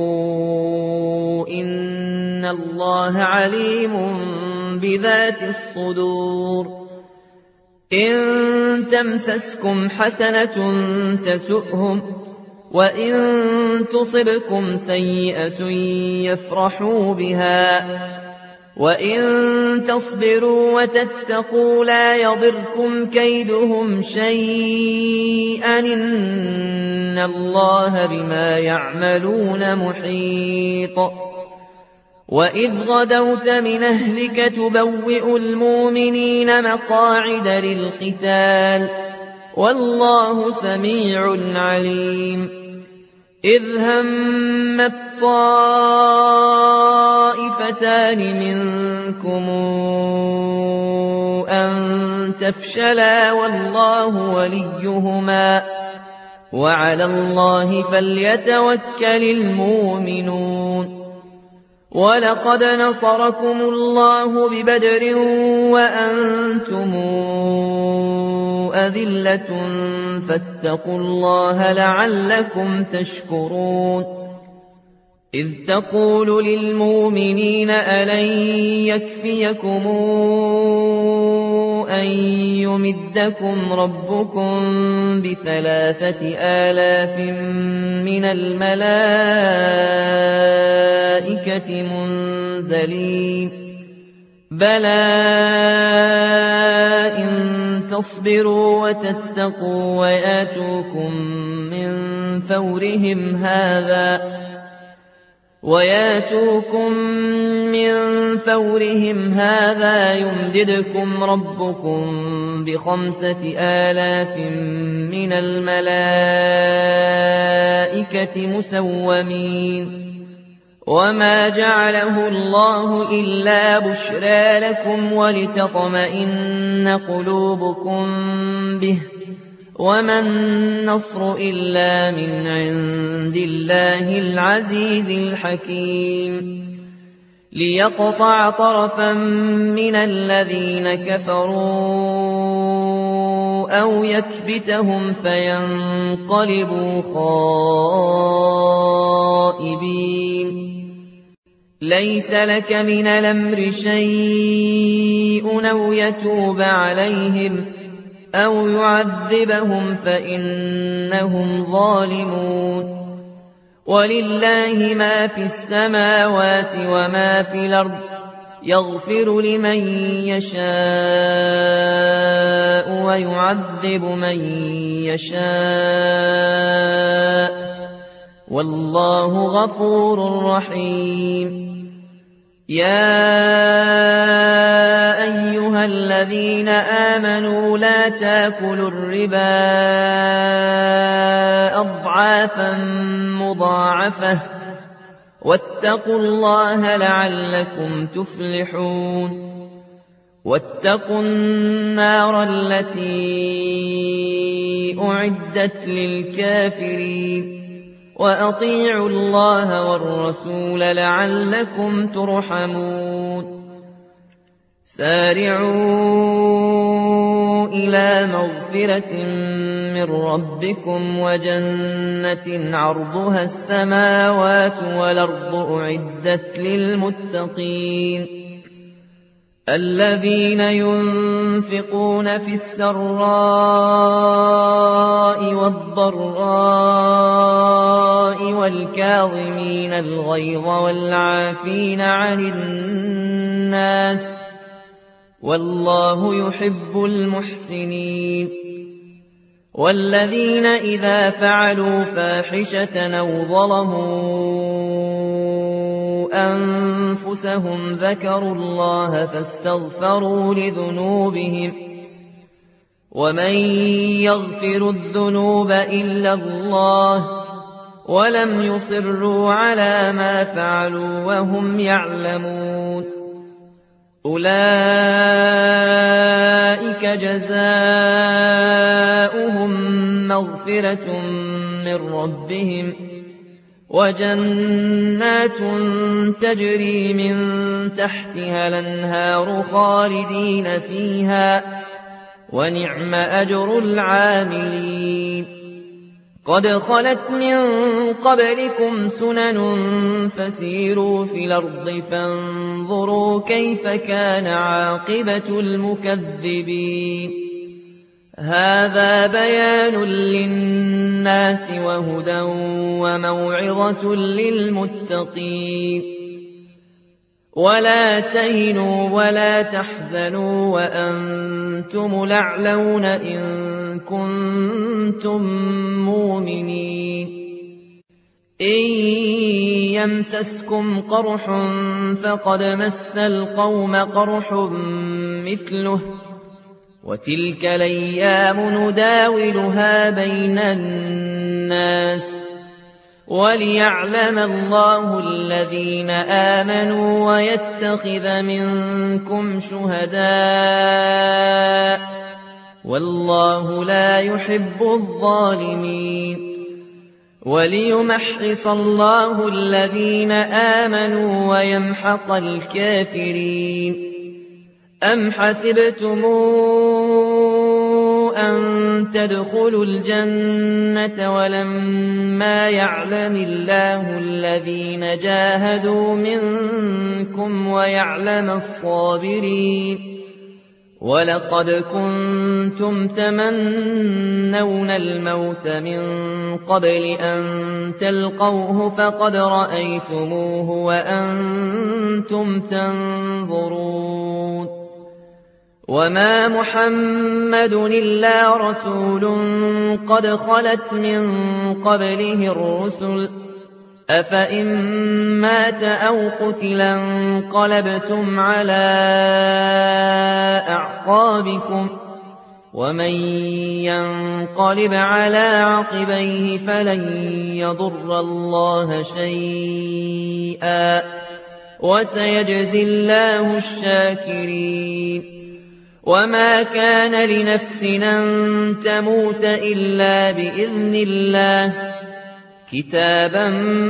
A: إن الله عليم بذات الصدور إن تمسسكم حسنة تسؤهم وإن تصبكم سيئة يفرحوا بها وإن تصبروا وتتقوا لا يضركم كيدهم شيئا إن الله بما يعملون محيط وإذ غدوت من أهلك تبوئ المؤمنين مقاعد للقتال والله سميع عليم إذ همت طائفتان منكم أن تفشلا والله وليهما وعلى الله فليتوكل المؤمنون ولقد نصركم الله ببدر وأنتم أذلة فاتقوا الله لعلكم تشكرون إذ تقول للمؤمنين ألن يكفيكم أن يمدكم ربكم ب3,000 من الملائكة منزلين بلى إن تصبروا وتتقوا وياتوكم من فورهم هذا يمددكم ربكم ب5,000 من الملائكة مسومين وما جعله الله إلا بشرى لكم ولتطمئن قلوبكم به وما النصر إلا من عند الله العزيز الحكيم ليقطع طرفا من الذين كفروا أو يكبتهم فينقلبوا خائبين ليس لك من الأمر شيء أو يتوب عليهم أو يعذبهم فإنهم ظالمون ولله ما في السماوات وما في الأرض يغفر لمن يشاء ويعذب من يشاء والله غفور رحيم يا أيها الذين آمنوا لا تاكلوا الربا أضعافا مضاعفة واتقوا الله لعلكم تفلحون واتقوا النار التي أعدت للكافرين وأطيعوا الله والرسول لعلكم ترحمون سارعوا إلى مغفرة من ربكم وجنة عرضها السماوات والأرض أعدت للمتقين الذين ينفقون في السراء والضراء والكاظمين الغيظ والعافين عن الناس والله يحب المحسنين والذين إذا فعلوا فاحشة أو ظلموا أنفسهم ذكروا الله فاستغفروا لذنوبهم ومن يغفر الذنوب إلا الله ولم يصروا على ما فعلوا وهم يعلمون أولئك جزاؤهم مغفرة من ربهم وجنات تجري من تحتها الأنهار خالدين فيها ونعم أجر العاملين قد خلت من قبلكم سنن فسيروا في الأرض فانظروا كيف كان عاقبة المكذبين هذا بيان للناس وهدى وموعظة للمتقين ولا تهنوا ولا تحزنوا وأنتم الأعلون إن كنتم مؤمنين إن يمسسكم قرح فقد مس القوم قرح مثله وتلك الأيام نداولها بين الناس وليعلم الله الذين آمنوا ويتخذ منكم شهداء والله لا يحب الظالمين وليمحص الله الذين آمنوا ويمحق الكافرين أم حسبتم أن تدخلوا الجنة ولما يعلم الله الذين جاهدوا منكم ويعلم الصابرين ولقد كنتم تمنون الموت من قبل أن تلقوه فقد رأيتموه وأنتم تنظرون وما محمد إلا رسول قد خلت من قبله الرسل أفإن مات أو قتل انقلبتم على أعقابكم ومن ينقلب على عقبيه فلن يضر الله شيئا وسيجزي الله الشاكرين وما كان لنفس أن تموت إلا بإذن الله كتابا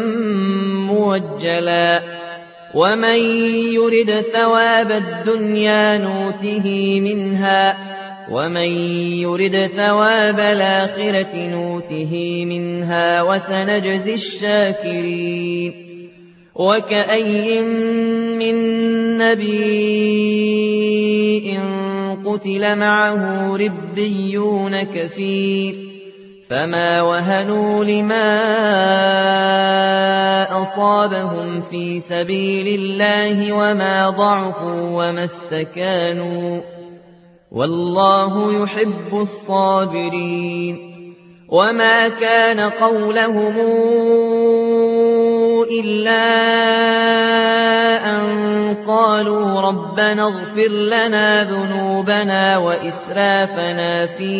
A: موجلا ومن يرد ثواب الدنيا نوته منها ومن يرد ثواب الآخرة نوته منها وسنجزي الشاكرين وكأي من نبي قتل معه ربيون كثير فما وهنوا لما أصابهم في سبيل الله وما ضعفوا وما استكانوا والله يحب الصابرين وما كان قولهم إلا أن قالوا ربنا اغفر لنا ذنوبنا وإسرافنا في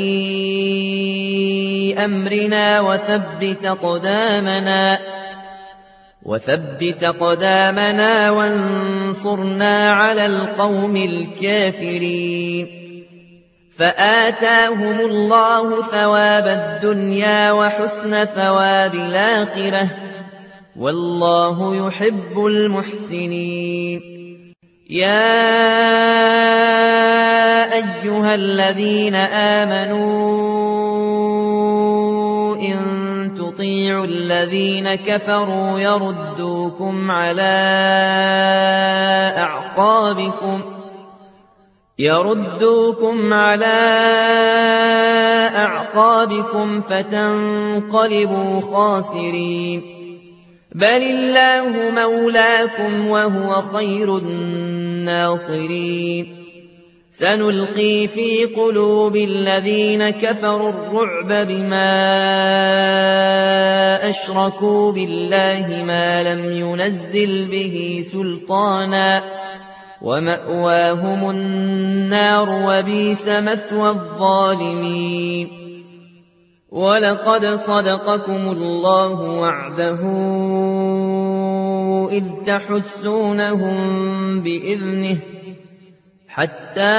A: أمرنا وثبت قدامنا وانصرنا على القوم الكافرين فآتاهم الله ثواب الدنيا وحسن ثواب الآخرة والله يحب المحسنين يا أيها الذين آمنوا إن تطيعوا الذين كفروا يردوكم على أعقابكم فتنقلبوا خاسرين بل الله مولاكم وهو خير الناصرين سنلقي في قلوب الذين كفروا الرعب بما أشركوا بالله ما لم ينزل به سلطانا ومأواهم النار وبئس مثوى الظالمين ولقد صدقكم الله وعده إذ تحسونهم بإذنه حتى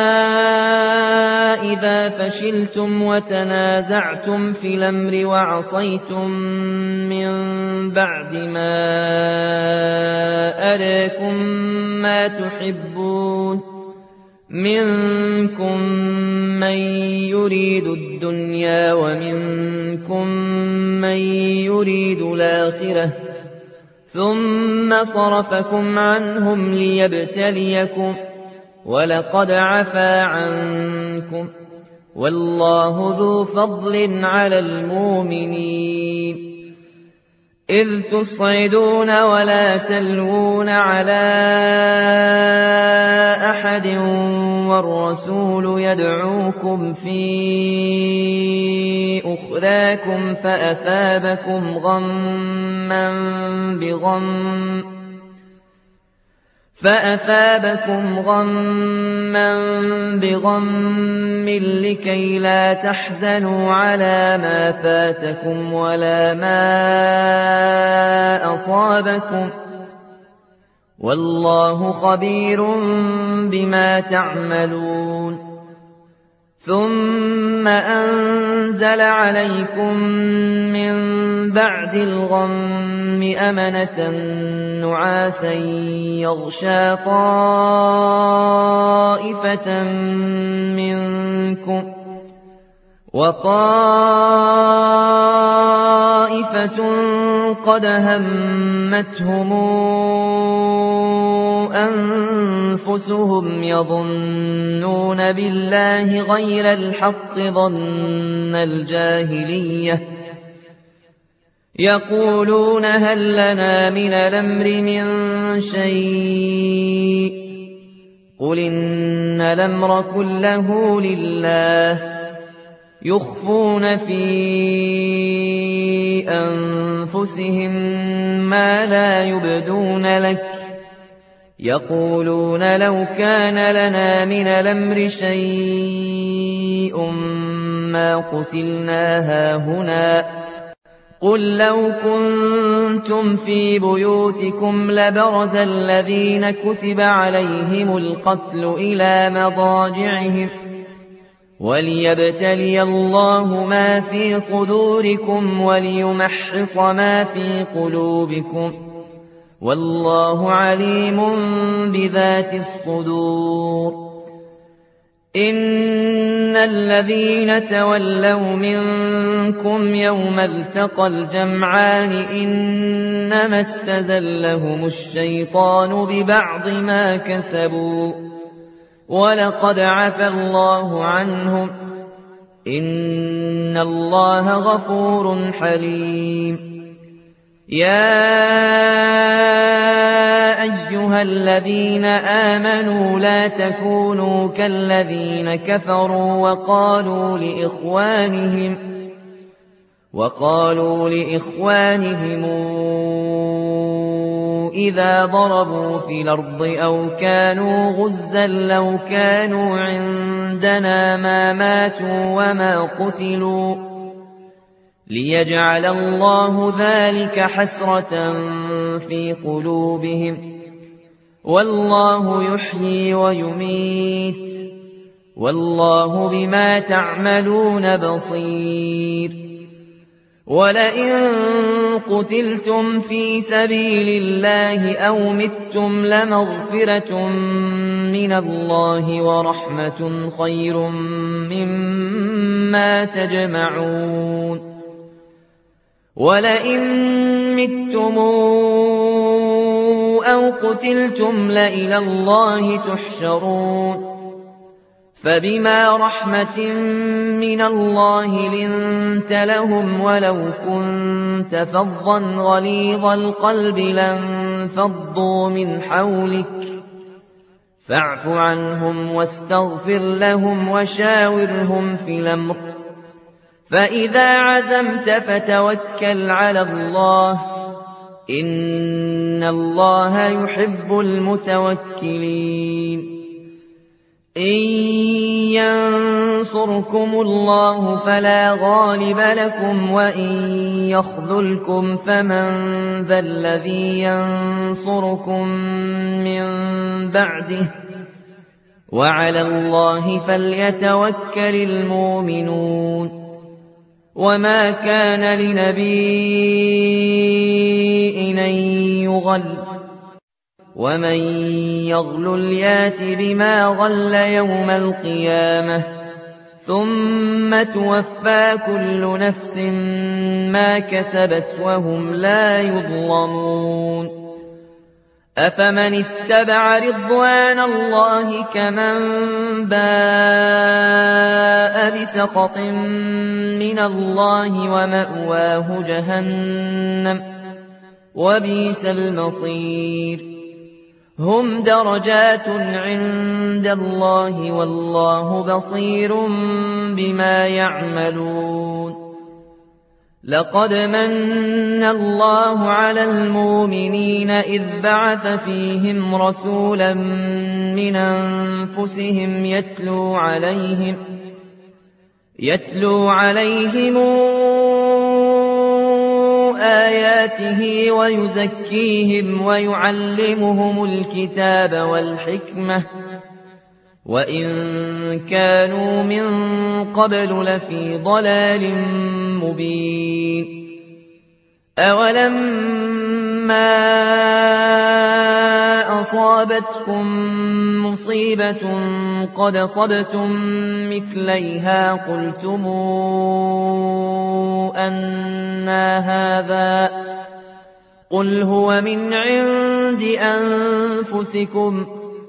A: إذا فشلتم وتنازعتم في الأمر وعصيتم من بعد ما أراكم ما تحبون منكم من يريد الدنيا ومنكم من يريد الآخرة ثم صرفكم عنهم ليبتليكم ولقد عفا عنكم والله ذو فضل على المؤمنين إذ تصعدون ولا تلوون على أحد والرسول يدعوكم في أخراكم فأثابكم غما بغم لكي لا تحزنوا على ما فاتكم ولا ما أصابكم والله خبير بما تعملون ثم أنزل عليكم من بعد الغم أمنة نعاسا يغشى طائفة منكم وطائفة قد همتهم أنفسهم يظنون بالله غير الحق ظن الجاهلية يقولون هل لنا من الأمر من شيء قل إن الأمر كله لله يخفون في أنفسهم ما لا يبدون لك يقولون لو كان لنا من الأمر شيء ما قتلنا هاهنا قل لو كنتم في بيوتكم لبرز الذين كتب عليهم القتل إلى مضاجعهم وليبتلي الله ما في صدوركم وليمحص ما في قلوبكم والله عليم بذات الصدور إن الذين تولوا منكم يوم التقى الجمعان إنما استزلهم الشيطان ببعض ما كسبوا ولقد عفا الله عنهم إن الله غفور حليم يا أيها الذين آمنوا لا تكونوا كالذين كفروا وقالوا لإخوانهم إذا ضربوا في الأرض أو كانوا غزا لو كانوا عندنا ما ماتوا وما قتلوا ليجعل الله ذلك حسرة في قلوبهم والله يحيي ويميت والله بما تعملون بصير ولئن قتلتم في سبيل الله أو متم لمغفرة من الله ورحمة خير مما تجمعون ولئن متم أو قتلتم لإلى الله تحشرون فبما رحمة من الله لنت لهم ولو كنت فظا غليظ القلب لانفضوا من حولك فاعف عنهم واستغفر لهم وشاورهم في الأمر فإذا عزمت فتوكل على الله إن الله يحب المتوكلين إن ينصركم الله فلا غالب لكم وإن يخذلكم فمن ذا الذي ينصركم من بعده وعلى الله فليتوكل المؤمنون وما كان لنبي أن يغل ومن يغلل يات بما غل يوم القيامة ثم توفى كل نفس ما كسبت وهم لا يظلمون أفمن اتبع رضوان الله كمن باء بسخط من الله ومأواه جهنم وبئس المصير هم درجات عند الله والله بصير بما يعملون لقد من الله على المؤمنين إذ بعث فيهم رسولا من أنفسهم يتلو عليهم آياته ويزكيهم ويعلمهم الكتاب والحكمة وإن كانوا من قبل لفي ضلال مبين أولما أصابتكم مصيبة قد صبتم مثليها قلتم أنى هذا قل هو من عند أنفسكم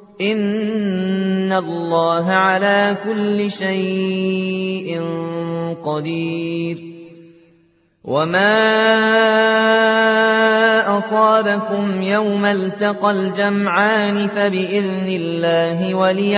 A: إن الله على كل شيء قدير وما أصابكم يوم التقى الجمعان فبإذن الله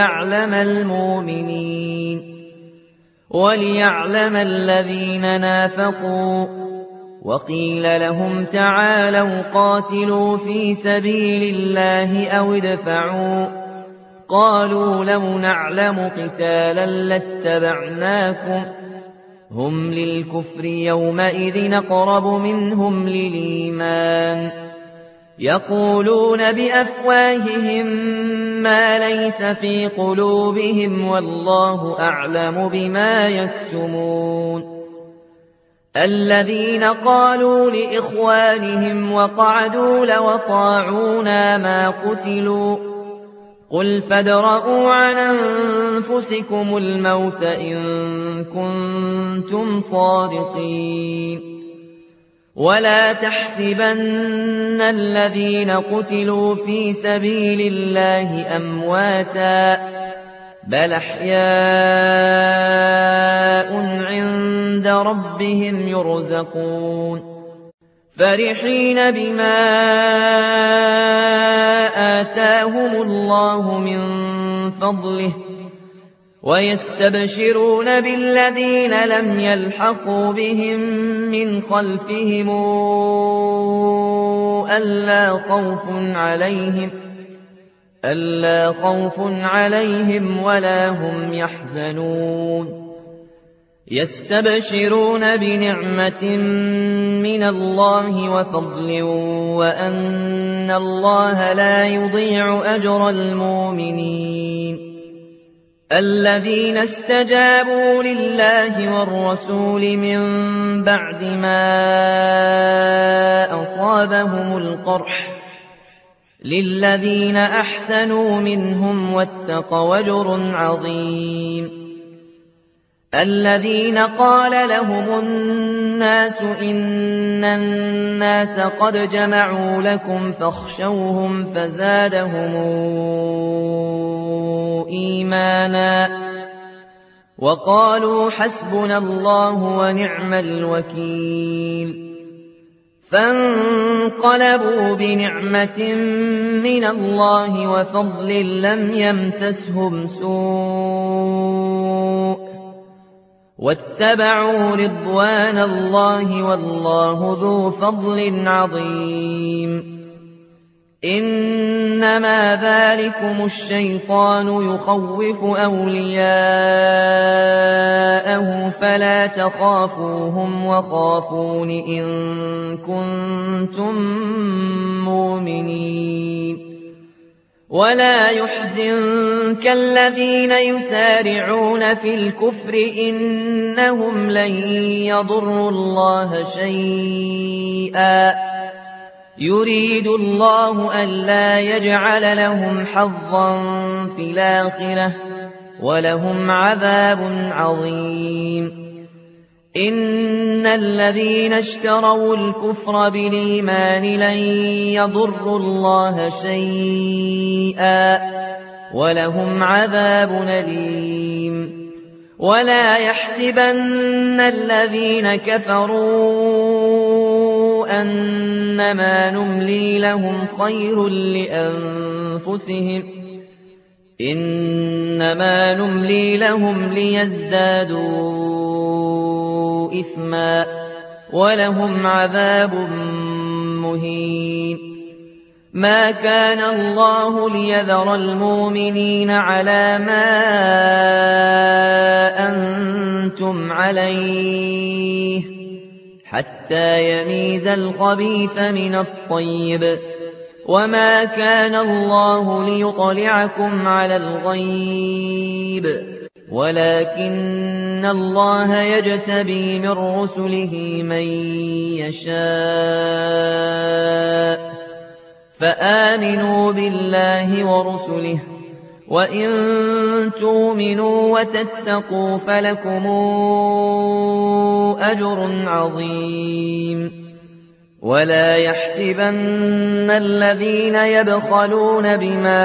A: وليعلم الذين نافقوا وقيل لهم تعالوا قاتلوا في سبيل الله أو ادفعوا قالوا لو نعلم قتالا لاتبعناكم هم للكفر يومئذ أقرب منهم للإيمان يقولون بأفواههم ما ليس في قلوبهم والله أعلم بما يكتمون الذين قالوا لإخوانهم وقعدوا لو طاعونا ما قتلوا قل فادرءوا عن أنفسكم الموت إن كنتم صادقين ولا تحسبن الذين قتلوا في سبيل الله أمواتا بل أحياء عند ربهم يرزقون فرحين بما آتاهم الله من فضله ويستبشرون بالذين لم يلحقوا بهم من خلفهم ألا خوف عليهم ولا هم يحزنون يستبشرون بنعمة من الله وفضل وأن الله لا يضيع أجر المؤمنين الذين استجابوا لله والرسول من بعد ما أصابهم القرح للذين أحسنوا منهم واتقوا أجر عظيم الذين قال لهم الناس إن الناس قد جمعوا لكم فاخشوهم فزادهم إيمانا وقالوا حسبنا الله ونعم الوكيل فانقلبوا بنعمة من الله وفضل لم يمسسهم سوء واتبعوا رضوان الله والله ذو فضل عظيم إنما ذلكم الشيطان يخوف أولياءه فلا تخافوهم وخافون إن كنتم مؤمنين ولا يحزنك الذين يسارعون في الكفر إنهم لن يضروا الله شيئا يريد الله ألا يجعل لهم حظا في الآخرة ولهم عذاب عظيم إن الذين اشتروا الكفر بالإيمان لن يضروا الله شيئا ولهم عذاب أليم ولا يحسبن الذين كفروا أنما نملي لهم خير لأنفسهم إنما نملي لهم ليزدادوا إثما ولهم عذاب مهين ما كان الله ليذر المؤمنين على ما أنتم عليه حتى يميز الخبيث من الطيب وما كان الله ليطلعكم على الغيب ولكن الله يجتبي من رسله من يشاء فآمنوا بالله ورسله وإن تؤمنوا وتتقوا فلكم أجر عظيم ولا يحسبن الذين يبخلون بما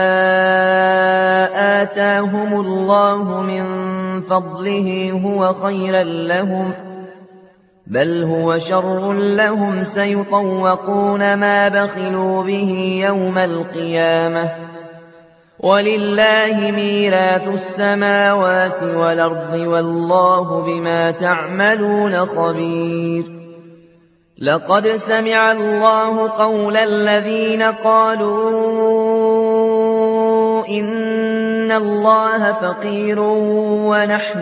A: آتاهم الله من فضله هو خيرا لهم بل هو شر لهم سيطوقون ما بخلوا به يوم القيامة ولله ميراث السماوات والأرض والله بما تعملون خبير لقد سمع الله قول الذين قالوا إن الله فقير ونحن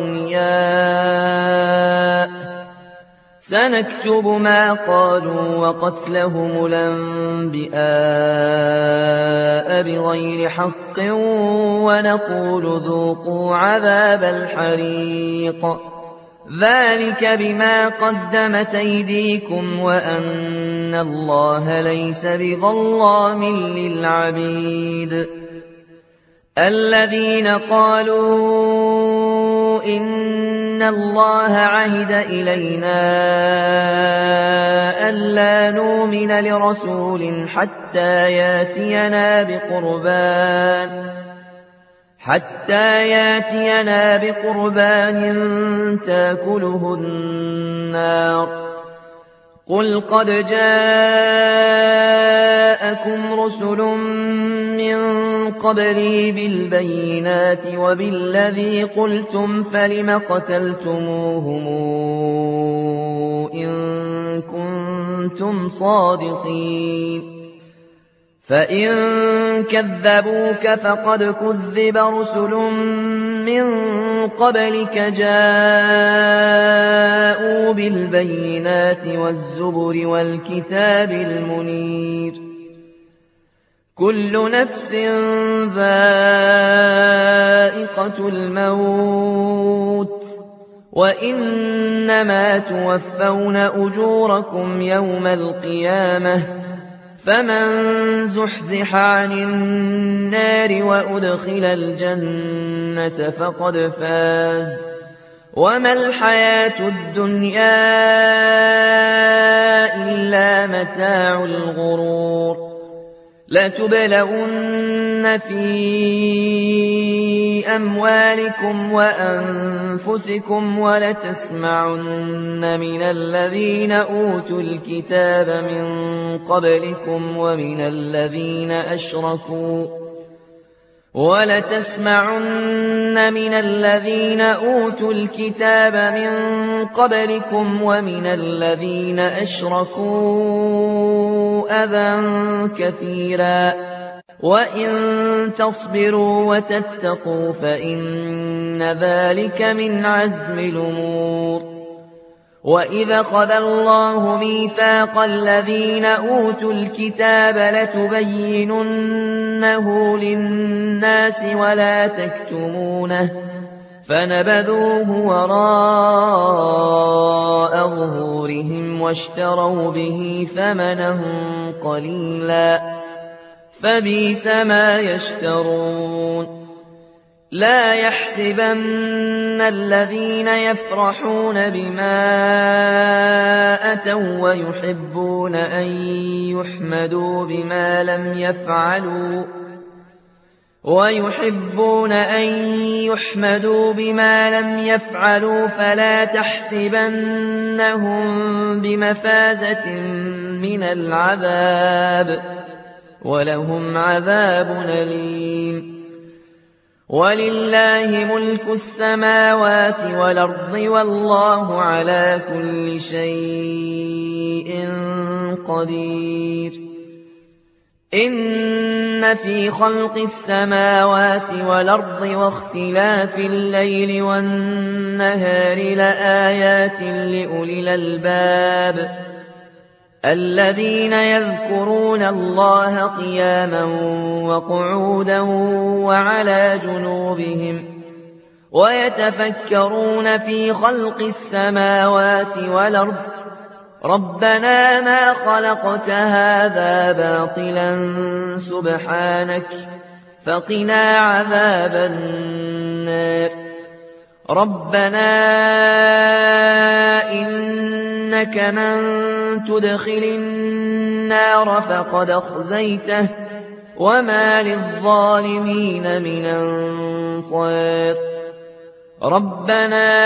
A: أغنياء سنكتب ما قالوا وقتلهم الأنبياء بغير حق ونقول ذوقوا عذاب الحريق ذلك بما قدمت أيديكم وأن الله ليس بظلام للعبيد الذين قالوا إن الله عهد إلينا ألا نؤمن لرسول حتى ياتينا بقربان تاكله النار قل قد جاءكم رسل من قبلي بالبينات وبالذي قلتم فلم قتلتموهم إن كنتم صادقين فإن كذبوك فقد كذب رسل من قبلك جاءوا بالبينات والزبر والكتاب المنير كل نفس ذائقة الموت وإنما توفون أجوركم يوم القيامة فمن زحزح عن النار وأدخل الجنة فقد فاز وما الحياة الدنيا إلا متاع الغرور لتبلغن في أموالكم وأنفسكم ولتسمعن من الذين أوتوا الكتاب من قبلكم ومن الذين أشركوا أذى كثيرا وإن تصبروا وتتقوا فإن ذلك من عزم الأمور وَإِذَا أَخَذَ اللَّهُ مِيثَاقَ الَّذِينَ أُوتُوا الْكِتَابَ لَتُبَيِّنُنَّهُ لِلنَّاسِ وَلَا تَكْتُمُونَهُ فَنَبَذُوهُ وَرَاءَ ظُهُورِهِمْ وَاشْتَرَوْا بِهِ ثَمَنًا قَلِيلًا فَبِئْسَ مَا يَشْتَرُونَ لا يحسبن الذين يفرحون بما أتوا ويحبون أن يحمدوا بما لم يفعلوا فلا تحسبنهم بمفازة من العذاب ولهم عذاب أليم ولله ملك السماوات والأرض والله على كل شيء قدير إن في خلق السماوات والأرض واختلاف الليل والنهار لآيات لأولي الألباب الذين يذكرون الله قياما وقعودا وعلى جنوبهم ويتفكرون في خلق السماوات والأرض ربنا ما خلقت هذا باطلا سبحانك فقنا عذاب النار ربنا إنك من تدخل النار فقد أخزيته وما للظالمين من أنصار ربنا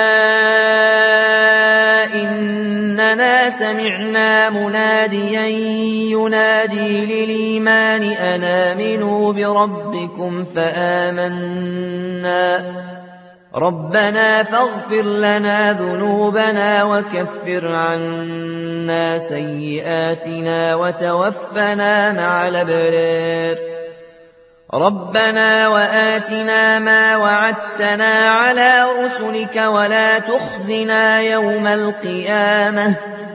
A: إننا سمعنا مناديا ينادي للإيمان أن آمنوا بربكم فآمنا ربنا فاغفر لنا ذنوبنا وكفر عنا سيئاتنا وتوفنا مع الأبرار ربنا وآتنا ما وعدتنا على رسلك ولا تخزنا يوم القيامة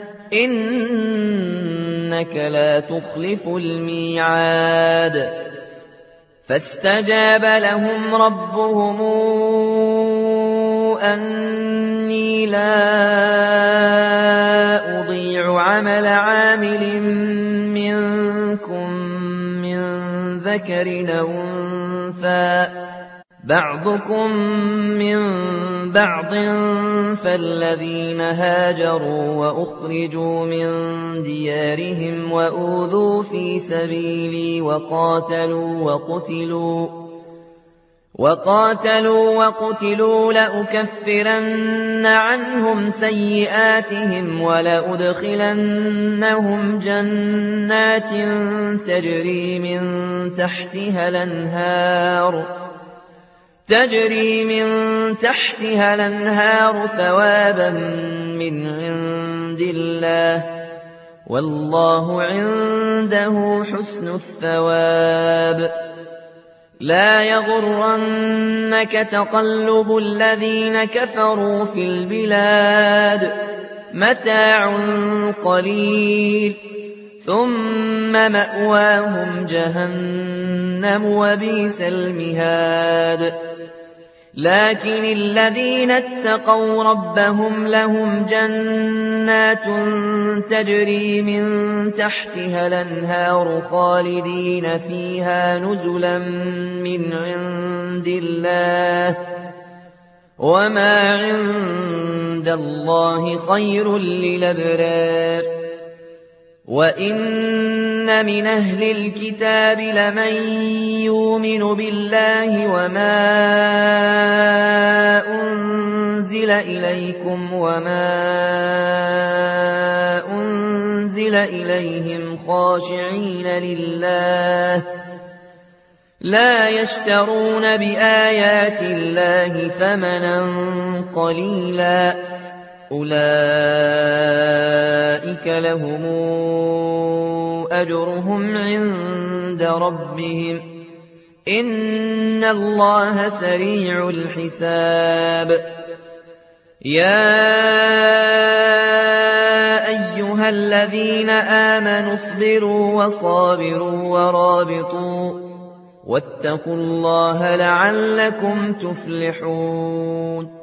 A: إنك لا تخلف الميعاد فاستجاب لهم ربهم أني لا أضيع عمل عامل منكم من ذكر أو أنثى بعضكم من بعض فالذين هاجروا وأخرجوا من ديارهم وأوذوا في سبيلي وقاتلوا لأكفرن عنهم سيئاتهم ولأدخلنهم جنات تجري من تحتها الأنهار ثوابا من عند الله والله عنده حسن الثواب لا يغرنك تقلب الذين كفروا في البلاد متاع قليل ثم مأواهم جهنم وبئس المهاد لكن الذين اتقوا ربهم لهم جنات تجري من تحتها الأنهار خالدين فيها نزلا من عند الله وما عند الله خير للأبرار وإن من أهل الكتاب لمن يؤمن بالله وما أنزل إليكم وما أنزل إليهم خاشعين لله لا يشترون بآيات الله ثمنا قليلا أولئك لهم أجرهم عند ربهم إن الله سريع الحساب يا الذين آمنوا اصبروا وصابروا ورابطوا واتقوا الله لعلكم تفلحون